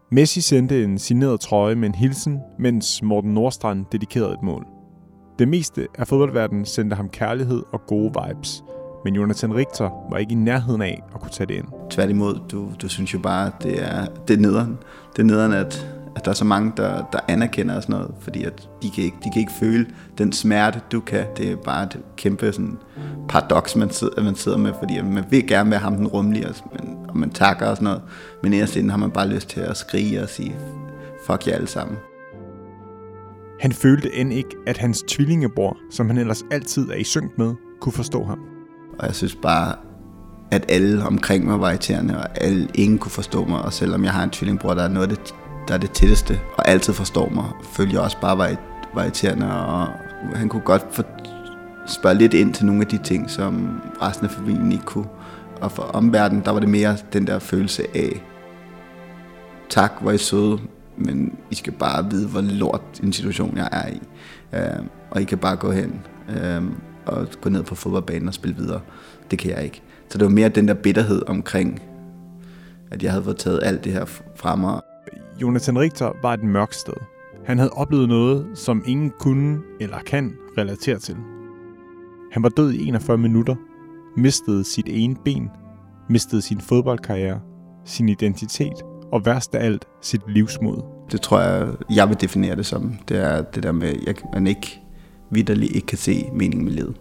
Messi sendte en signeret trøje med en hilsen, mens Morten Nordstrand dedikerede et mål. Det meste af fodboldverdenen sendte ham kærlighed og gode vibes, men Jonathan Richter var ikke i nærheden af at kunne tage det ind. Tværtimod, du synes jo bare, at det er nederen. Det er nederen, at der er så mange, der anerkender og sådan noget, fordi at de kan ikke føle den smerte, du kan. Det er bare et kæmpe sådan paradoks, man sidder med, fordi man vil gerne være ham den rummelige, og man takker og sådan noget, men inderst inden har man bare lyst til at skrige og sige, fuck jer alle sammen. Han følte end ikke, at hans tvillingebror, som han ellers altid er i synk med, kunne forstå ham. Og jeg synes bare, at alle omkring mig var irriterende, og ingen kunne forstå mig, og selvom jeg har en tvillingbror, der er noget af det, der er det tætteste, og altid forstår mig, følte jeg også bare var irriterende, og han kunne godt spørge lidt ind til nogle af de ting, som resten af familien ikke kunne. Og for omverdenen, der var det mere den der følelse af, tak, hvor I søde, men I skal bare vide, hvor lort en situation jeg er i. Og I kan bare gå hen og gå ned på fodboldbanen og spille videre. Det kan jeg ikke. Så det var mere den der bitterhed omkring, at jeg havde fået taget alt det her fra mig. Jonathan Richter var et mørkt sted. Han havde oplevet noget, som ingen kunne eller kan relatere til. Han var død i 41 minutter, mistede sit ene ben, mistede sin fodboldkarriere, sin identitet og værst af alt, sit livsmod. Det tror jeg vil definere det som. Det er det der med, at man ikke vitterligt ikke kan se meningen med livet.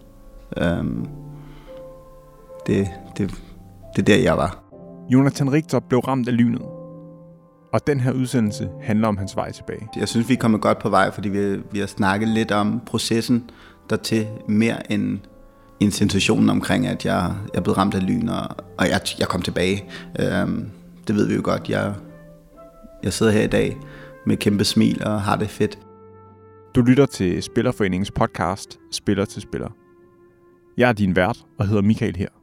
Det er der, jeg var. Jonathan Richter blev ramt af lynet. Og den her udsendelse handler om hans vej tilbage. Jeg synes, vi er kommet godt på vej, fordi vi har snakket lidt om processen dertil, mere end sensationen omkring, at jeg er blevet ramt af lyn, og jeg kom tilbage. Det ved vi jo godt. Jeg sidder her i dag med kæmpe smil og har det fedt. Du lytter til Spillerforeningens podcast, Spiller til Spiller. Jeg er din vært og hedder Michael her.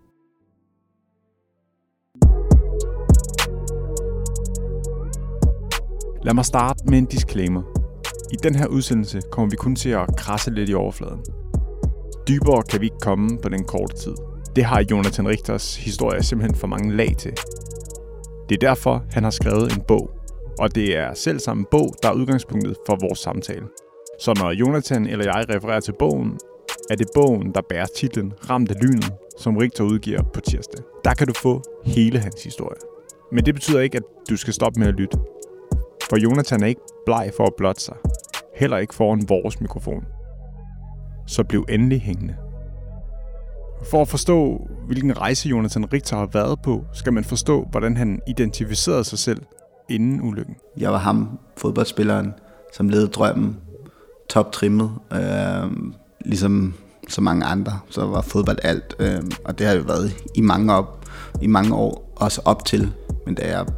Lad mig starte med en disclaimer. I den her udsendelse kommer vi kun til at krasse lidt i overfladen. Dybere kan vi ikke komme på den korte tid. Det har Jonathan Richters historie simpelthen for mange lag til. Det er derfor, han har skrevet en bog. Og det er selv samme bog, der er udgangspunktet for vores samtale. Så når Jonathan eller jeg refererer til bogen, er det bogen, der bærer titlen Ramt af lynet, som Richter udgiver på tirsdag. Der kan du få hele hans historie. Men det betyder ikke, at du skal stoppe med at lytte. For Jonathan er ikke bleg for at blotte sig. Heller ikke foran vores mikrofon. Så bliv endelig hængende. For at forstå, hvilken rejse Jonathan Richter har været på, skal man forstå, hvordan han identificerede sig selv inden ulykken. Jeg var ham, fodboldspilleren, som levede drømmen, toptrimmet, ligesom så mange andre. Så var fodbold alt, og det har jo været i mange år, også op til. Men da jeg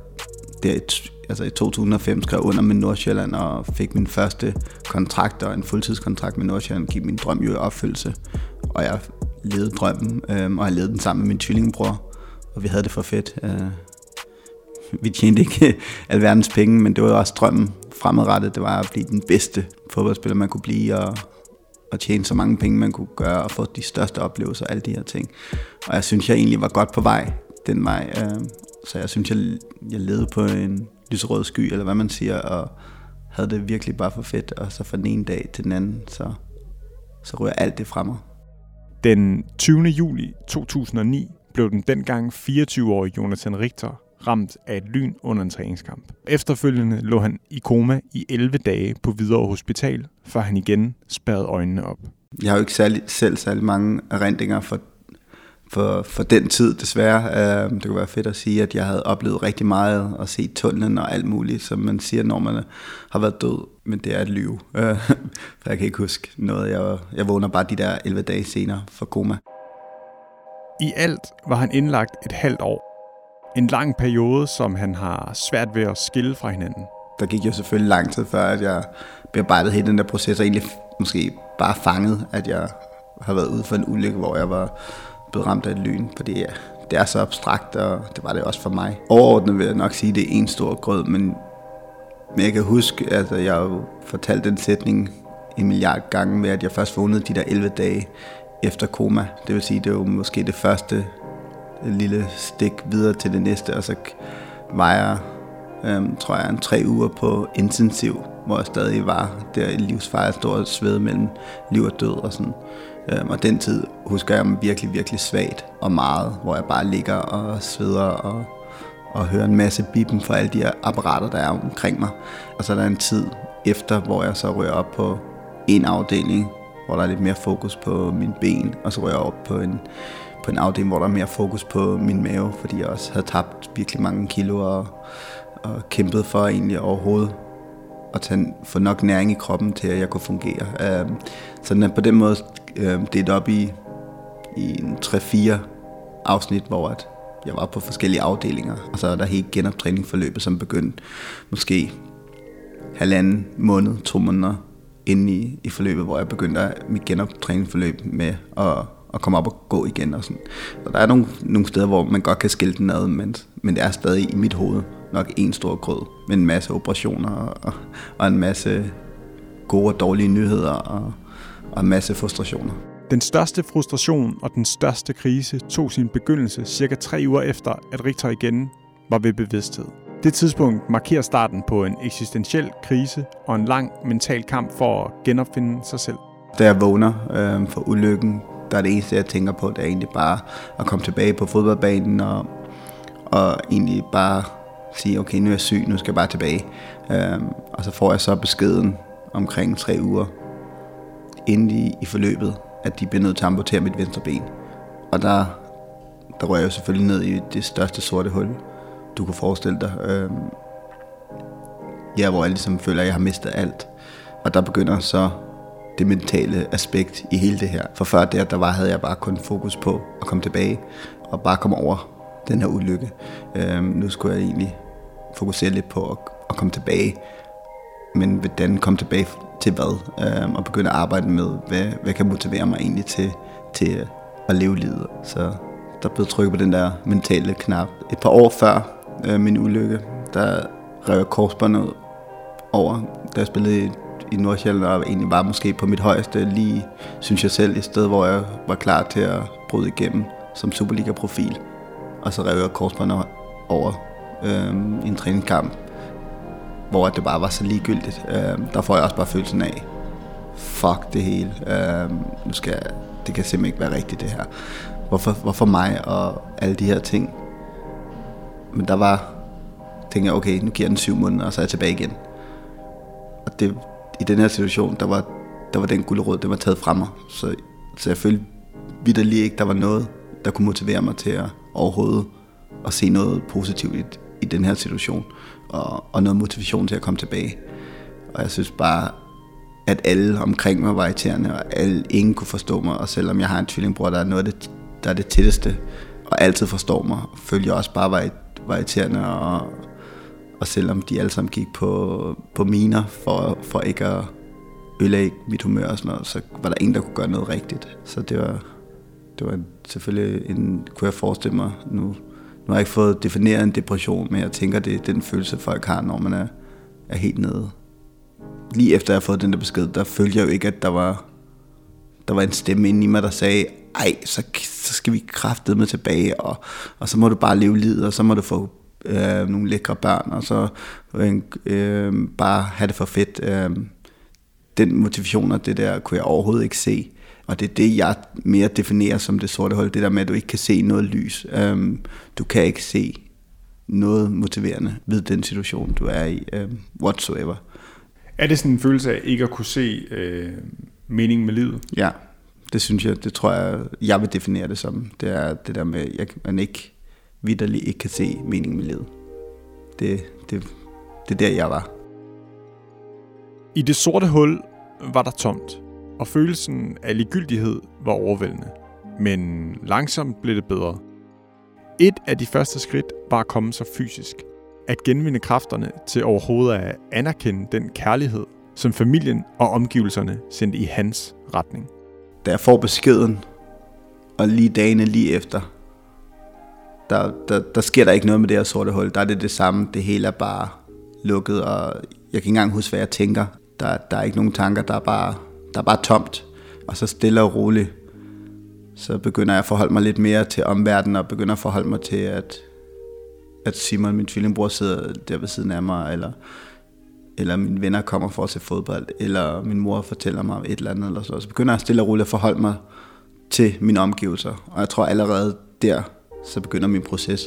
i 2005 skrev under med Nordsjælland og fik min første kontrakt og en fuldtidskontrakt med Nordsjælland, gik min drøm jo i opfyldelse. Og jeg levede drømmen, og jeg levede den sammen med min tvillingebror, og vi havde det for fedt. Vi tjente ikke alverdens penge, men det var jo også drømmen fremadrettet. Det var at blive den bedste fodboldspiller, man kunne blive, og tjene så mange penge, man kunne gøre, og få de største oplevelser og alle de her ting. Og jeg synes, jeg egentlig var godt på vej den vej. Så jeg synes, jeg levede på en lyserød sky, eller hvad man siger, og havde det virkelig bare for fedt. Og så fra den ene dag til den anden, så ryger alt det fra mig. Den 20. juli 2009 blev den dengang 24-årige Jonathan Richter ramt af et lyn under en træningskamp. Efterfølgende lå han i koma i 11 dage på Hvidovre Hospital, før han igen spærrede øjnene op. Jeg har jo ikke særlig mange erindringer for den tid, desværre. Det kunne være fedt at sige, at jeg havde oplevet rigtig meget og set tunnelen og alt muligt, som man siger, når man har været død. Men det er et lyve, for jeg kan ikke huske noget. Jeg vågner bare de der 11 dage senere for koma. I alt var han indlagt et halvt år. En lang periode, som han har svært ved at skille fra hinanden. Der gik jo selvfølgelig lang tid før, at jeg bearbejdede hele den der proces, og egentlig måske bare fanget, at jeg har været ude for en ulykke, hvor jeg var blevet ramt af et lyn, fordi det er så abstrakt, og det var det også for mig. Overordnet vil jeg nok sige, at det er en stor grød, men jeg kan huske, at jeg har fortalt den sætning en milliard gange med, at jeg først vågnede de der 11 dage efter koma. Det vil sige, det var måske det første lille stik videre til det næste, og så var jeg tror jeg, 3 uger på intensiv, hvor jeg stadig var der i livsfare, stod og sved mellem liv og død og sådan. Og den tid husker jeg mig virkelig, virkelig svagt og meget, hvor jeg bare ligger og sveder og hører en masse bippen fra alle de her apparater, der er omkring mig. Og så er der en tid efter, hvor jeg så rører op på en afdeling, hvor der er lidt mere fokus på mine ben, og så rører jeg op på en afdeling, hvor der er mere fokus på min mave, fordi jeg også havde tabt virkelig mange kilo og kæmpet for egentlig overhovedet at få nok næring i kroppen til, at jeg kunne fungere. Så den er på den måde delt op i en 3-4 afsnit, hvor jeg var på forskellige afdelinger, og så er der helt genoptræningsforløbet, som begyndte måske 1,5 måned, 2 måneder inde i forløbet, hvor jeg begyndte mit genoptræningsforløb med at komme op og gå igen. Og sådan. Så der er nogle steder, hvor man godt kan skille den ad, men det er stadig i mit hoved nok en stor grød med en masse operationer og en masse gode og dårlige nyheder og en masse frustrationer. Den største frustration og den største krise tog sin begyndelse cirka 3 uger efter, at Richter igen var ved bevidsthed. Det tidspunkt markerer starten på en eksistentiel krise og en lang mental kamp for at genopfinde sig selv. Da jeg vågner for ulykken, der er det eneste, jeg tænker på, det er egentlig bare at komme tilbage på fodboldbanen og egentlig bare sige, okay, nu er jeg syg, nu skal jeg bare tilbage. Og så får jeg så beskeden omkring 3 uger inde i forløbet, at de bliver nødt til at amputere mit venstre ben. Og der rører jeg jo selvfølgelig ned i det største sorte hul, du kunne forestille dig. Hvor jeg ligesom føler, at jeg har mistet alt. Og der begynder så det mentale aspekt i hele det her. For før det, havde jeg bare kun fokus på at komme tilbage og bare komme over den her ulykke. Nu skulle jeg egentlig fokusere lidt på at komme tilbage. Men hvordan komme tilbage til hvad? Og begynde at arbejde med, hvad kan motivere mig egentlig til at leve livet. Så der blev trykket på den der mentale knap. Et par år før min ulykke, der rev jeg korsbåndet over, da jeg spillede i Nordsjælland, og egentlig var måske på mit højeste lige, synes jeg selv, et sted, hvor jeg var klar til at bryde igennem som Superliga-profil. Og så rev jeg korsbåndet over i en træningskamp, hvor det bare var så ligegyldigt. Der får jeg også bare følelsen af, fuck det hele. Det kan simpelthen ikke være rigtigt det her. Hvorfor mig og alle de her ting? Men tænkte jeg, okay, nu giver den 7 måneder, og så er jeg tilbage igen. Og i den her situation, der var den gulerod, den var taget fra mig. Så jeg følte vitterligt ikke, der var noget, der kunne motivere mig til at overhovedet at se noget positivt i den her situation. Og noget motivation til at komme tilbage. Og jeg synes bare, at alle omkring mig var irriterende, og ingen kunne forstå mig. Og selvom jeg har en tvillingbror, der er noget, der er det tætteste, og altid forstår mig, følte jeg også bare var irriterende. Og selvom de alle sammen gik på miner for ikke at ødelægge mit humør og sådan noget, så var der ingen, der kunne gøre noget rigtigt. Så det var selvfølgelig kunne jeg forestille mig nu. Nu har jeg ikke fået defineret en depression, men jeg tænker, det er den følelse, folk har, når man er helt nede. Lige efter jeg har fået den der besked, der følte jeg jo ikke, at der var en stemme inde i mig, der sagde, ej, så skal vi kraftedeme tilbage, og så må du bare leve livet, og så må du få nogle lækre børn, og så bare have det for fedt. Den motivation og det der kunne jeg overhovedet ikke se. Og det er det, jeg mere definerer som det sorte hul. Det der med, at du ikke kan se noget lys. Du kan ikke se noget motiverende ved den situation, du er i, whatsoever. Er det sådan en følelse af ikke at kunne se meningen med livet? Ja, det synes jeg. Det tror jeg vil definere det som. Det er det der med, at man ikke vitterligt ikke kan se meningen med livet. Det er der, jeg var. I det sorte hul var der tomt, og følelsen af ligegyldighed var overvældende. Men langsomt blev det bedre. Et af de første skridt var at komme så fysisk. At genvinde kræfterne til overhovedet at anerkende den kærlighed, som familien og omgivelserne sendte i hans retning. Da jeg får beskeden, og lige dagene lige efter, der sker der ikke noget med det her sorte hul. Der er det samme. Det hele er bare lukket, og jeg kan ikke engang huske, hvad jeg tænker. Der er ikke nogen tanker, der er bare tomt. Og så stille og roligt, så begynder jeg at forholde mig lidt mere til omverdenen, og begynder at forholde mig til, at Simon, min tvillingbror, sidder der ved siden af mig, eller mine venner kommer for at se fodbold, eller min mor fortæller mig et eller andet, eller så begynder jeg stille og roligt at forholde mig til mine omgivelser. Og jeg tror allerede der, så begynder min proces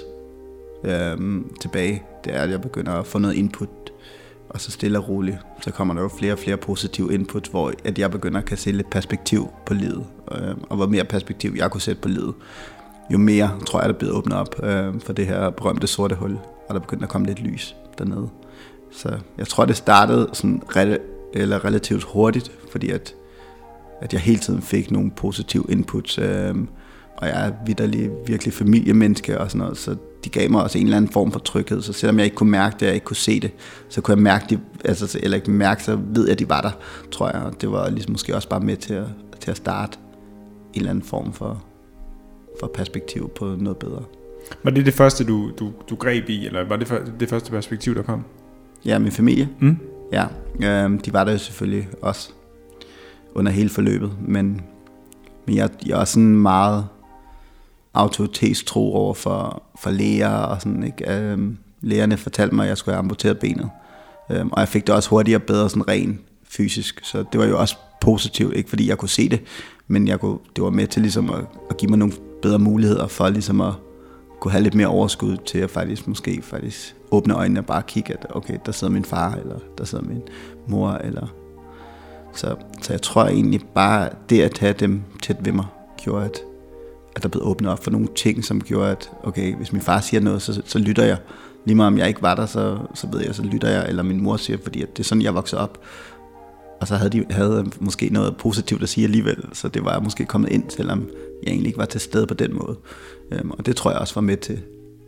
tilbage. Det er, at jeg begynder at få noget input, og så stille og roligt, så kommer der jo flere og flere positive input, hvor at jeg begynder at kan se lidt perspektiv på livet, og hvor mere perspektiv jeg kunne sætte på livet, jo mere tror jeg, der bliver åbnet op for det her berømte sorte hul, og der begynder at komme lidt lys dernede. Så jeg tror, det startede sådan relativt hurtigt, fordi at jeg hele tiden fik nogle positive inputs, og jeg er vitterlig virkelig familiemenneske og sådan noget, så de gav mig også en eller anden form for tryghed. Så selvom jeg ikke kunne mærke det, og jeg ikke kunne se det, så kunne jeg mærke det, eller ikke mærke, så ved jeg, at de var der, tror jeg. Og det var ligesom måske også bare med til at starte en eller anden form for perspektiv på noget bedre. Var det det første, du greb i, eller var det første perspektiv, der kom? Ja, min familie. Ja, de var der jo selvfølgelig også under hele forløbet, men jeg er også sådan meget autoritetstro over for læger og sådan, ikke? Lægerne fortalte mig, at jeg skulle have amputeret benet, og jeg fik det også hurtigere bedre sådan ren fysisk, så det var jo også positivt, ikke fordi jeg kunne se det, men det var med til ligesom at give mig nogle bedre muligheder for ligesom at kunne have lidt mere overskud til at faktisk åbne øjnene og bare kigge, at okay, der sidder min far, eller der sidder min mor, eller så jeg tror egentlig bare, det at have dem tæt ved mig, gjorde, at der blev åbnet op for nogle ting, som gjorde, at okay, hvis min far siger noget, så lytter jeg. Lige meget om jeg ikke var der, så ved jeg, så lytter jeg, eller min mor siger, fordi at det er sådan, jeg voksede op. Og så havde måske noget positivt at sige alligevel, så det var måske kommet ind, selvom jeg egentlig ikke var til stede på den måde. Og det tror jeg også var med til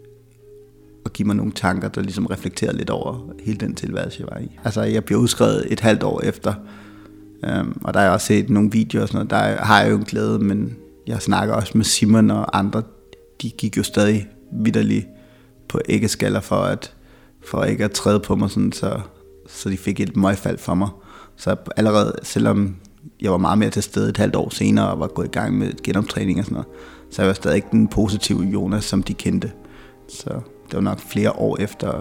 at give mig nogle tanker, der ligesom reflekterede lidt over hele den tilværelse, jeg var i. Altså, jeg blev udskrevet et halvt år efter, og der har jeg også set nogle videoer og sådan noget, der har jeg jo en glæde, men jeg snakker også med Simon og andre, de gik jo stadig vitterligt på æggeskaller for ikke at træde på mig, sådan, så de fik et møgfald for mig. Så allerede, selvom jeg var meget mere til stede et halvt år senere og var gået i gang med genoptræning og sådan noget, så jeg var stadig ikke den positive Jonas, som de kendte. Så det var nok flere år efter,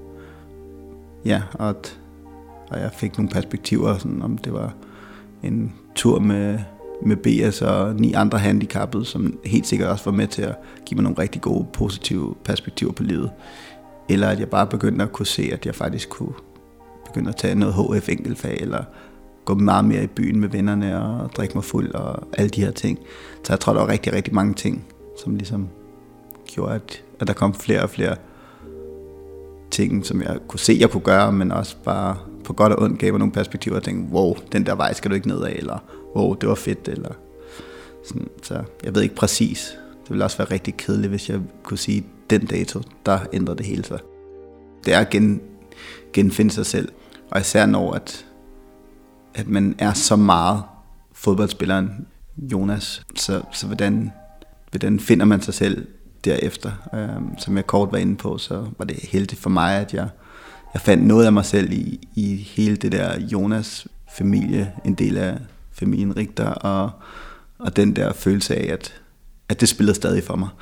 og jeg fik nogle perspektiver, sådan, om det var en tur med BS og 9 andre handicappede, som helt sikkert også var med til at give mig nogle rigtig gode, positive perspektiver på livet. Eller at jeg bare begyndte at kunne se, at jeg faktisk kunne begynde at tage noget HF enkeltfag, eller gå meget mere i byen med vennerne og drikke mig fuld og alle de her ting. Så jeg tror, der var rigtig, rigtig mange ting, som ligesom gjorde, at der kom flere og flere ting, som jeg kunne se, jeg kunne gøre, men også bare på godt og ondt gav mig nogle perspektiver og tænkte, wow, den der vej skal du ikke ned af, eller wow, det var fedt, eller sådan. Så jeg ved ikke præcis. Det ville også være rigtig kedeligt, hvis jeg kunne sige, den dato, der ændrede det hele sig. Det er at genfinde sig selv, og især når, at man er så meget fodboldspilleren Jonas, så hvordan finder man sig selv derefter? Som jeg kort var inde på, så var det heldigt for mig, at jeg fandt noget af mig selv i hele det der Jonas familie, en del af familien Richter, og den der følelse af, at det spillede stadig for mig.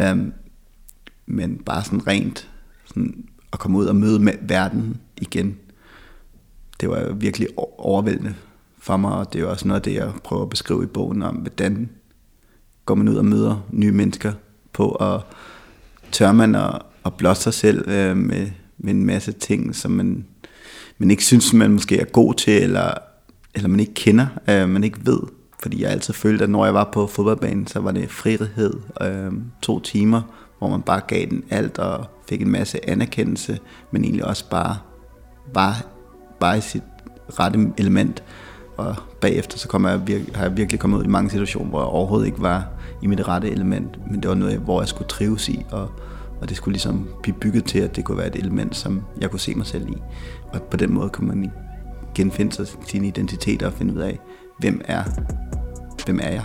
Men bare sådan rent sådan at komme ud og møde verden igen, det var virkelig overvældende for mig, og det er også noget af det, jeg prøver at beskrive i bogen om, hvordan går man ud og møder nye mennesker på, og tør man at blotte sig selv med en masse ting, som man ikke synes, man måske er god til, eller man ikke kender, man ikke ved. Fordi jeg altid følte, at når jeg var på fodboldbanen, så var det frihed, 2 timer, hvor man bare gav den alt og fik en masse anerkendelse, men egentlig også bare i sit rette element. Og bagefter så har jeg virkelig kommet ud i mange situationer, hvor jeg overhovedet ikke var i mit rette element, men det var noget, hvor jeg skulle trives i, og det skulle ligesom blive bygget til, at det kunne være et element, som jeg kunne se mig selv i. Og på den måde kunne man genfinde sig sin identitet og finde ud af, hvem er jeg?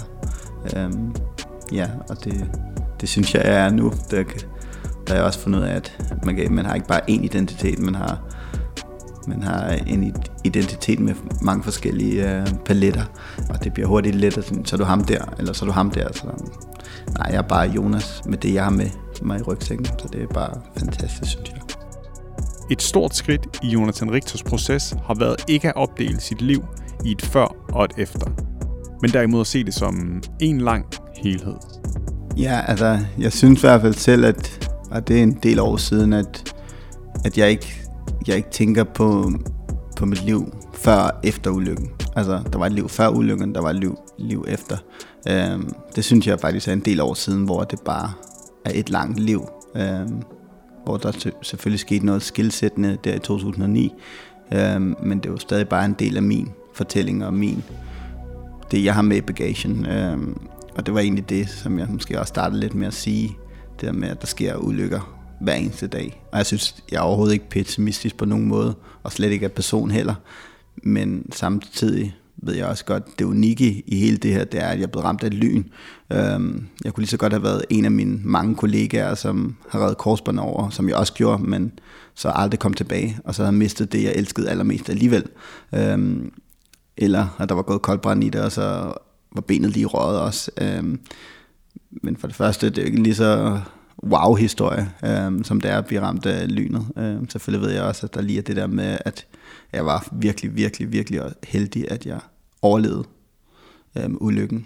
Og det synes jeg er nu. Der har jeg også fundet ud af, at man har ikke bare én identitet, man har en identitet med mange forskellige paletter, og det bliver hurtigt let, så er du ham der, eller så er du ham der. Så, nej, jeg er bare Jonas med det, jeg har for mig i rygsækken, så det er bare fantastisk, synes jeg. Et stort skridt i Jonathan Richters proces har været ikke at opdele sit liv i et før og et efter, men derimod at se det som en lang helhed. Ja, altså, jeg synes i hvert fald selv, at det er en del år siden, at jeg ikke tænker på mit liv før og efter ulykken. Altså, der var et liv før ulykken, der var et liv efter. Det synes jeg faktisk er en del år siden, hvor det bare er et langt liv. Hvor der selvfølgelig skete noget skilsættende der i 2009. Men det er jo stadig bare en del af min fortælling og det jeg har med i bagagen. Og det var egentlig det, som jeg måske også startede lidt med at sige. Det der med, at der sker ulykker hver eneste dag. Og jeg synes, jeg er overhovedet ikke pessimistisk på nogen måde, og slet ikke er person heller. Men samtidig ved jeg også godt, det unikke i hele det her, det er, at jeg er blevet ramt af et lyn. Jeg kunne lige så godt have været en af mine mange kollegaer, som har reddet korsbånd over, som jeg også gjorde, men så aldrig kom tilbage, og så havde mistet det, jeg elskede allermest alligevel. Eller at der var gået koldbrand i det, og så var benet lige røget også. Men for det første, det er jo ikke lige så wow-historie, som det er at blive ramt af lynet. Selvfølgelig ved jeg også, at der lige er det der med, at jeg var virkelig, virkelig, virkelig heldig, at jeg overlevede ulykken.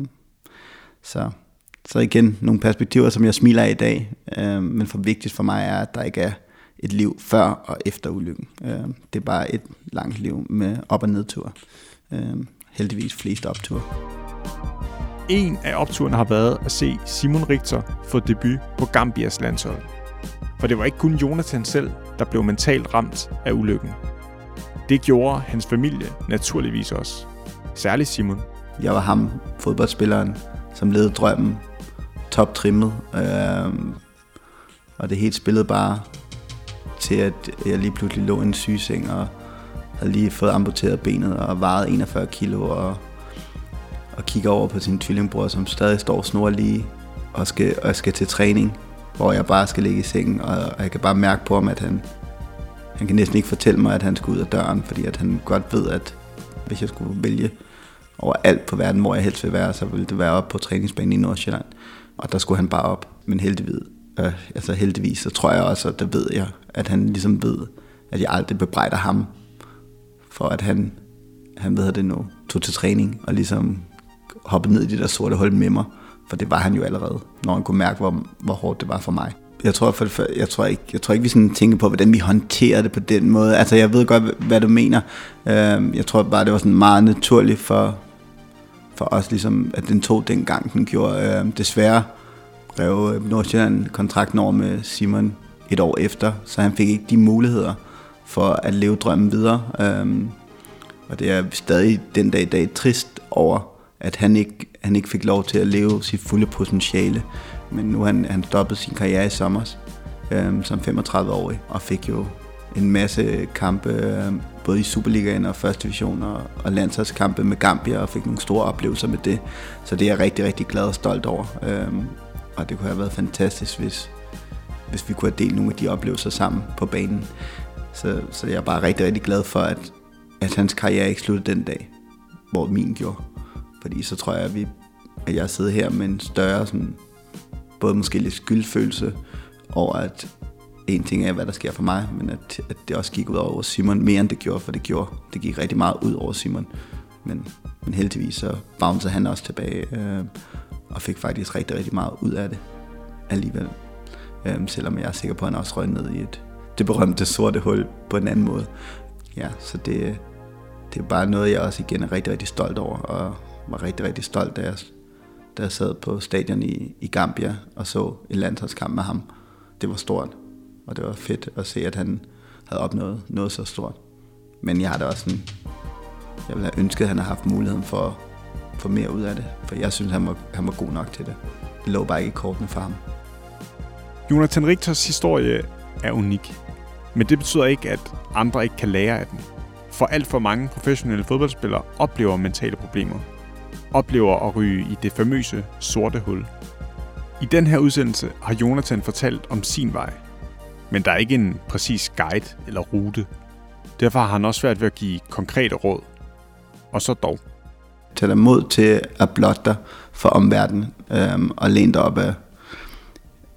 Så igen, nogle perspektiver, som jeg smiler af i dag, men for vigtigt for mig er, at der ikke er et liv før og efter ulykken. Det er bare et langt liv med op- og nedtur. Heldigvis flest opture. En af opturene har været at se Simon Richter få debut på Gambias landshold. For det var ikke kun Jonathan selv, der blev mentalt ramt af ulykken. Det gjorde hans familie naturligvis også. Særligt Simon. Jeg var ham, fodboldspilleren, som levede drømmen, toptrimmet. Og det hele spillede bare til, at jeg lige pludselig lå i en sygeseng og havde lige fået amputeret benet og vejede 41 kilo og kigger over på sin tvillingbror, som stadig står snorlige og skal til træning, hvor jeg bare skal ligge i sengen, og jeg kan bare mærke på ham, at han kan næsten ikke fortælle mig, at han skal ud af døren, fordi at han godt ved, at hvis jeg skulle vælge over alt på verden, hvor jeg helst vil være, så ville det være op på træningsbanen i Nordsjælland, og der skulle han bare op. Men heldigvis, så tror jeg også, at der ved jeg, at han ligesom ved, at jeg aldrig bebrejder ham, for at han tog til træning og ligesom hoppede ned i det der sorte hul med mig, for det var han jo allerede, når han kunne mærke, hvor hårdt det var for mig. Jeg tror ikke, vi sådan tænker på, hvordan vi håndterer det på den måde. Altså, jeg ved godt, hvad du mener. Jeg tror bare, det var sådan meget naturligt for os, ligesom, at den tog dengang, den gjorde. Desværre rev Nordsjælland kontrakten over med Simon et år efter, så han fik ikke de muligheder for at leve drømmen videre. Og det er stadig den dag i dag trist over, at han ikke fik lov til at leve sit fulde potentiale. Men nu har han stoppet sin karriere i sommer som 35-årig og fik jo en masse kampe, både i Superligaen og første division og landsholdskampe med Gambia, og fik nogle store oplevelser med det. Så det er jeg rigtig, rigtig glad og stolt over. Og det kunne have været fantastisk, hvis vi kunne have delt nogle af de oplevelser sammen på banen. Så jeg er bare rigtig, rigtig glad for, at hans karriere ikke sluttede den dag, hvor min gjorde. Fordi så tror jeg, at jeg sidder her med en større, sådan, både måske lidt skyldfølelse over, at en ting er, hvad der sker for mig, men at det også gik ud over Simon mere end det gjorde, for det gik rigtig meget ud over Simon. Men heldigvis så bouncede han også tilbage og fik faktisk rigtig, rigtig meget ud af det alligevel. Selvom jeg er sikker på, at han også røg ned i det berømte sorte hul på en anden måde. Ja, så det er bare noget, jeg også igen er rigtig, rigtig stolt over, og var rigtig, rigtig stolt, da jeg sad på stadion i Gambia og så en landsholdskamp med ham. Det var stort, og det var fedt at se, at han havde opnået noget så stort. Men jeg har da også jeg ville have ønsket, at han havde haft muligheden for at få mere ud af det, for jeg synes, han var god nok til det. Det lå bare ikke i kortene for ham. Jonathan Richters historie er unik, men det betyder ikke, at andre ikke kan lære af den. For alt for mange professionelle fodboldspillere oplever mentale problemer. Oplever at ryge i det famøse sorte hul. I den her udsendelse har Jonathan fortalt om sin vej. Men der er ikke en præcis guide eller rute. Derfor har han også svært ved at give konkrete råd. Og så dog. Tag dig mod til at blotte dig for omverdenen og læne dig op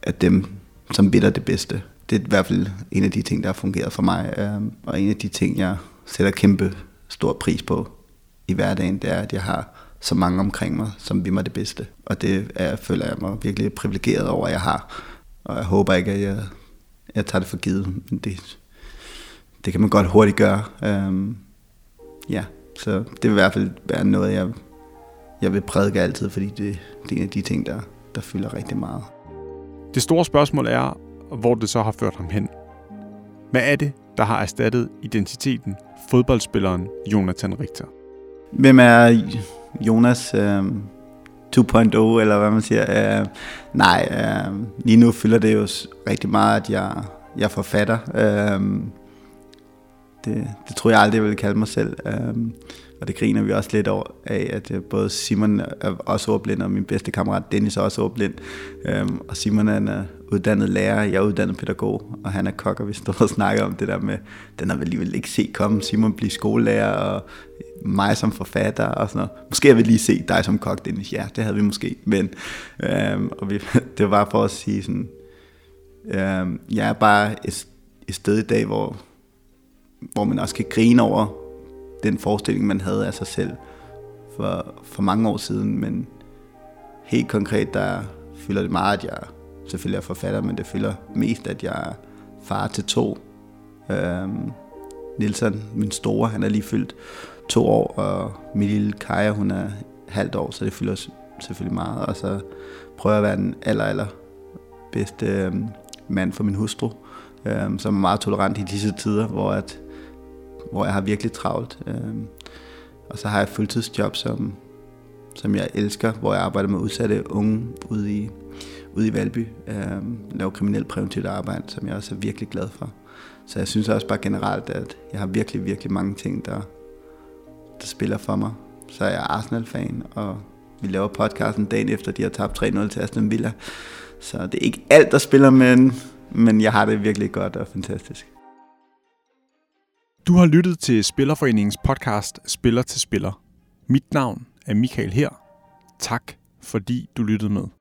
dem, som vil det bedste. Det er i hvert fald en af de ting, der har fungeret for mig, og en af de ting, jeg sætter kæmpe stor pris på i hverdagen, det er, at jeg har så mange omkring mig, som vil mig det bedste. Og det føler jeg mig virkelig privilegeret over, at jeg har. Og jeg håber ikke, at jeg tager det for givet. Men det kan man godt hurtigt gøre. Så det vil i hvert fald være noget, jeg vil prædike altid, fordi det er en af de ting, der fylder rigtig meget. Det store spørgsmål er, hvor det så har ført ham hen. Hvad er det, der har erstattet identiteten fodboldspilleren Jonathan Richter? Hvem er Jonas 2.0, eller hvad man siger? Lige nu fylder det jo rigtig meget, at jeg er forfatter. Det tror jeg aldrig, jeg ville kalde mig selv. Og det griner vi også lidt over af, at både Simon er også ordblind, og min bedste kammerat Dennis er også ordblind. Og Simon er uddannet lærer, jeg er uddannet pædagog, og han er kok, og vi står og snakker om det der med, den har vi alligevel ikke set komme, Simon blive skolelærer, og mig som forfatter, og sådan noget. Måske jeg vil lige se dig som kok, Dennis. Ja, det havde vi måske, men det var for at sige sådan, jeg er bare et sted i dag, hvor man også kan grine over den forestilling, man havde af sig selv for mange år siden, men helt konkret, der fylder det meget, at jeg selvfølgelig er forfatter, men det fylder mest, at jeg er far til 2. Nielsen, min store, han er lige fyldt 2 år, og min lille Kaja, hun er halvt år, så det fylder selvfølgelig meget, og så prøver jeg at være den aller bedste mand for min hustru, som er meget tolerant i disse tider, hvor jeg har virkelig travlt. Og så har jeg et fuldtidsjob, som jeg elsker, hvor jeg arbejder med udsatte unge ude i Valby. Laver kriminelt præventivt arbejde, som jeg også er virkelig glad for. Så jeg synes også bare generelt, at jeg har virkelig, virkelig mange ting, der spiller for mig. Så er jeg Arsenal-fan, og vi laver podcasten dagen efter, de har tabt 3-0 til Aston Villa. Så det er ikke alt, der spiller, men jeg har det virkelig godt og fantastisk. Du har lyttet til Spillerforeningens podcast Spiller til Spiller. Mit navn er Michael her. Tak fordi du lyttede med.